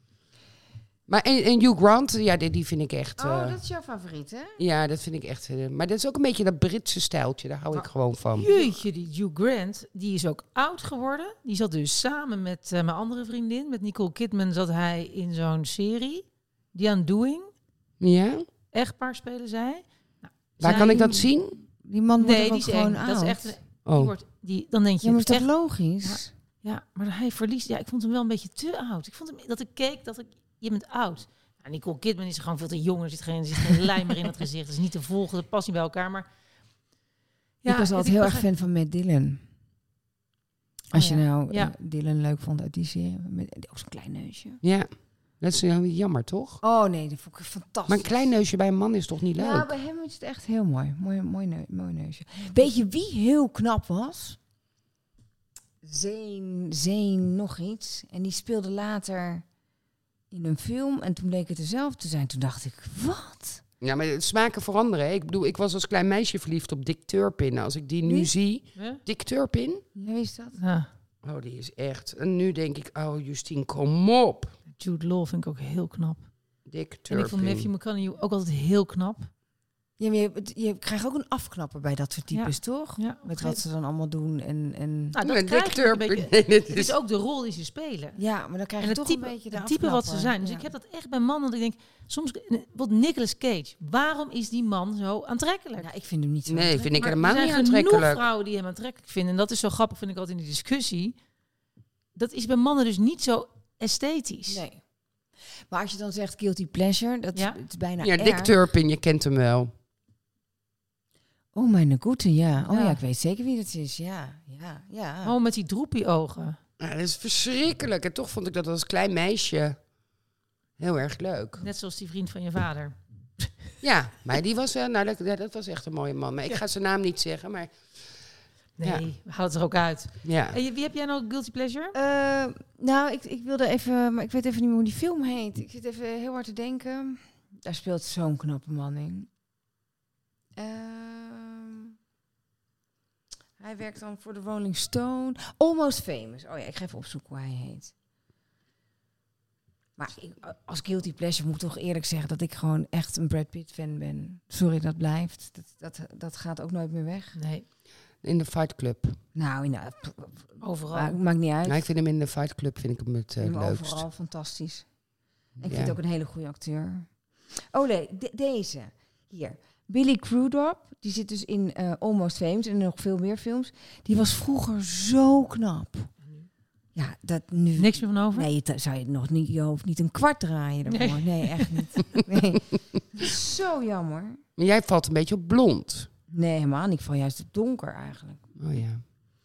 Maar en Hugh Grant, ja, die vind ik echt... dat is jouw favoriet, hè? Ja, dat vind ik echt... maar dat is ook een beetje dat Britse stijltje. Daar hou ik gewoon van. Jeetje, die Hugh Grant, die is ook oud geworden. Die zat dus samen met mijn andere vriendin, met Nicole Kidman, zat hij in zo'n serie. The Undoing. Ja? Echtpaar spelen zij. Nou, waar kan ik dat zien? Die man wordt die ook is gewoon eng. oud. Dat is echt... Dan denk je... Ja, maar is toch logisch? Ja, maar hij verliest... Ja, ik vond hem wel een beetje te oud. Ik vond hem dat ik keek, je bent oud. Nou, Nicole Kidman is gewoon veel te jong. Er zit geen lijm meer in het gezicht. Het is niet te volgen. Dat past niet bij elkaar. Maar ja, ik was altijd heel erg fan van Matt Dillon. Als je Dillon leuk vond uit die serie. Met ook zo'n klein neusje. Ja, dat is jammer, toch? Oh nee, dat vond ik fantastisch. Maar een klein neusje bij een man is toch niet leuk? Ja, bij hem is het echt heel mooi. Mooi neusje. Weet je wie heel knap was? Zane nog iets. En die speelde later in een film. En toen bleek het dezelfde te zijn. Toen dacht ik, wat? Ja, maar het smaken veranderen. Hè? Ik bedoel, ik was als klein meisje verliefd op Dick Turpin. Als ik die nu zie... Ja? Dick Turpin? Ja, wie is dat? Ja. Oh, die is echt... En nu denk ik, oh Justine, kom op. Jude Law vind ik ook heel knap. Dick Turpin. En ik vond Matthew McConaughey ook altijd heel knap. Ja, maar je krijgt ook een afknapper bij dat soort types, toch? Ja, met wat ze dan allemaal doen. Nou, dat Dick Turpin. Het is ook de rol die ze spelen. Ja, maar dan krijg je toch type, een beetje de type wat ze zijn. Dus ik heb dat echt bij mannen. Dat ik denk, soms... Wat Nicolas Cage. Waarom is die man zo aantrekkelijk? Ja, ik vind hem niet zo Nee, vind ik maar helemaal niet aantrekkelijk. Er zijn aantrekkelijk. genoeg vrouwen die hem aantrekkelijk vinden. En dat is zo grappig, vind ik altijd in die discussie. Dat is bij mannen dus niet zo esthetisch. Nee. Maar als je dan zegt guilty pleasure, dat het is bijna Ja, Dick Turpin, je kent hem wel. Oh, mijn goede, ja. Oh ja, ik weet zeker wie dat is. Ja. Oh, met die droepie ogen. Ja, dat is verschrikkelijk. En toch vond ik dat als klein meisje heel erg leuk. Net zoals die vriend van je vader. Ja, maar die was wel... Nou, dat was echt een mooie man. Maar ik ga zijn naam niet zeggen, maar... Nee, we halen het er ook uit. Ja. En wie heb jij nou guilty pleasure? Nou, ik wilde even... Maar ik weet even niet meer hoe die film heet. Ik zit even heel hard te denken. Daar speelt zo'n knappe man in. Hij werkt dan voor de Rolling Stone. Almost Famous. Oh ja, ik ga even opzoeken hoe hij heet. Maar als guilty pleasure moet ik toch eerlijk zeggen dat ik gewoon echt een Brad Pitt fan ben. Sorry, dat blijft. Dat gaat ook nooit meer weg. Nee. In de Fight Club. Nou, overal. Maakt niet uit. Nou, ik vind hem in de Fight Club vind ik hem het leukst. Overal fantastisch. En ik vind het ook een hele goede acteur. Oh nee, deze. Hier. Billy Crudup, die zit dus in Almost Famous en nog veel meer films. Die was vroeger zo knap. Ja, dat nu... Niks meer van over? Nee, zou je nog niet je hoofd niet een kwart draaien ervoor. Nee, echt niet. Nee. Dat is zo jammer. Maar jij valt een beetje op blond. Nee, helemaal niet. Ik val juist op donker eigenlijk. Oh ja.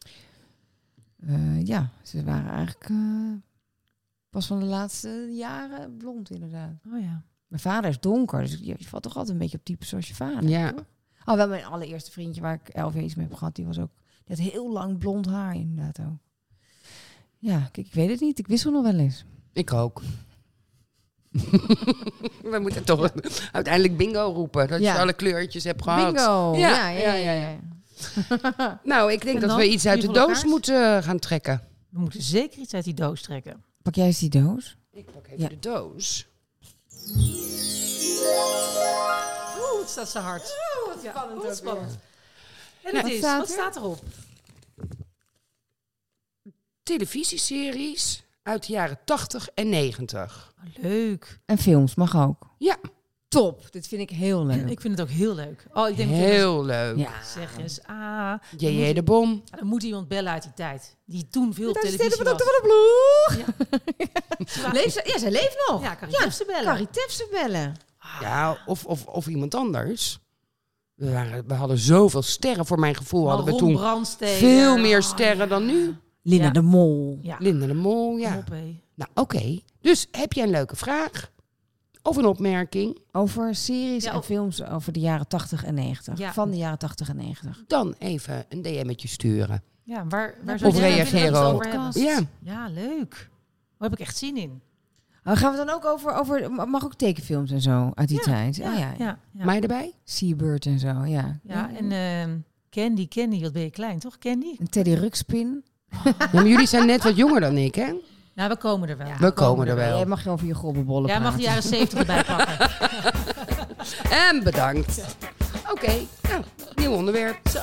Ja, ze waren eigenlijk pas van de laatste jaren blond inderdaad. Oh ja. Mijn vader is donker, dus je valt toch altijd een beetje op type zoals je vader. Ja. Toch? Oh, wel mijn allereerste vriendje waar ik 11 jaar iets mee heb gehad, die had heel lang blond haar inderdaad ook. Ja, kijk, ik weet het niet. Ik wissel nog wel eens. Ik ook. We moeten toch uiteindelijk bingo roepen. Dat je alle kleurtjes hebt gehad. Bingo! Ja. Nou, ik denk dat dan? we iets uit de Wie voor doos elkaar? moeten gaan trekken. We moeten zeker iets uit die doos trekken. Pak jij eens die doos? Ik pak even de doos. Oeh, het staat zo hard. Oeh, wat spannend. Wat spannend. En het Wat is, staat wat er? staat erop? Televisieseries uit de jaren 80 en 90. Oh, leuk. En films, mag ook. Ja, Top, dit vind ik heel leuk. Ik vind het ook heel leuk. Oh, ik denk heel leuk. Ja. zeg eens, J.J. de Bom. er moet iemand bellen uit die tijd. Die toen veel op Daar televisie zitten we was. op de ploeg. Leeft ze? Ja, zij leeft nog. Ja, Carrie Tefse bellen. Carrie Tefse bellen. Ja, of iemand anders. We hadden zoveel sterren voor mijn gevoel. Hadden we Ron toen Brandstede. veel meer sterren dan nu. Linda Ja. de Mol. Ja, Linda de Mol, ja. Op, hé. Nou, oké. Dus heb je een leuke vraag? Of een opmerking? Over series Ja, en of- films over de jaren 80 en 90. Ja. Van de jaren 80 en 90. Dan even een DM'tje sturen. Ja, waar Of zou jij reageren willen dat we het ook. over hebben? Ja, Ja, leuk. Daar heb ik echt zin in. Gaan we het dan ook over mag ook tekenfilms en zo uit die tijd? Ja, Oh, ja. ja. mij erbij? Seabird en zo, ja. Ja, en Candy, wat ben je klein, toch? Candy? En Teddy Ruxpin. Ja, maar jullie zijn net wat jonger dan ik, hè? Nou, we komen er wel. We komen er Jij wel. mag je over je grobbenbollen Jij mag de praten. jaren 70 erbij pakken. En bedankt. Oké, nou, nieuw onderwerp. Zo.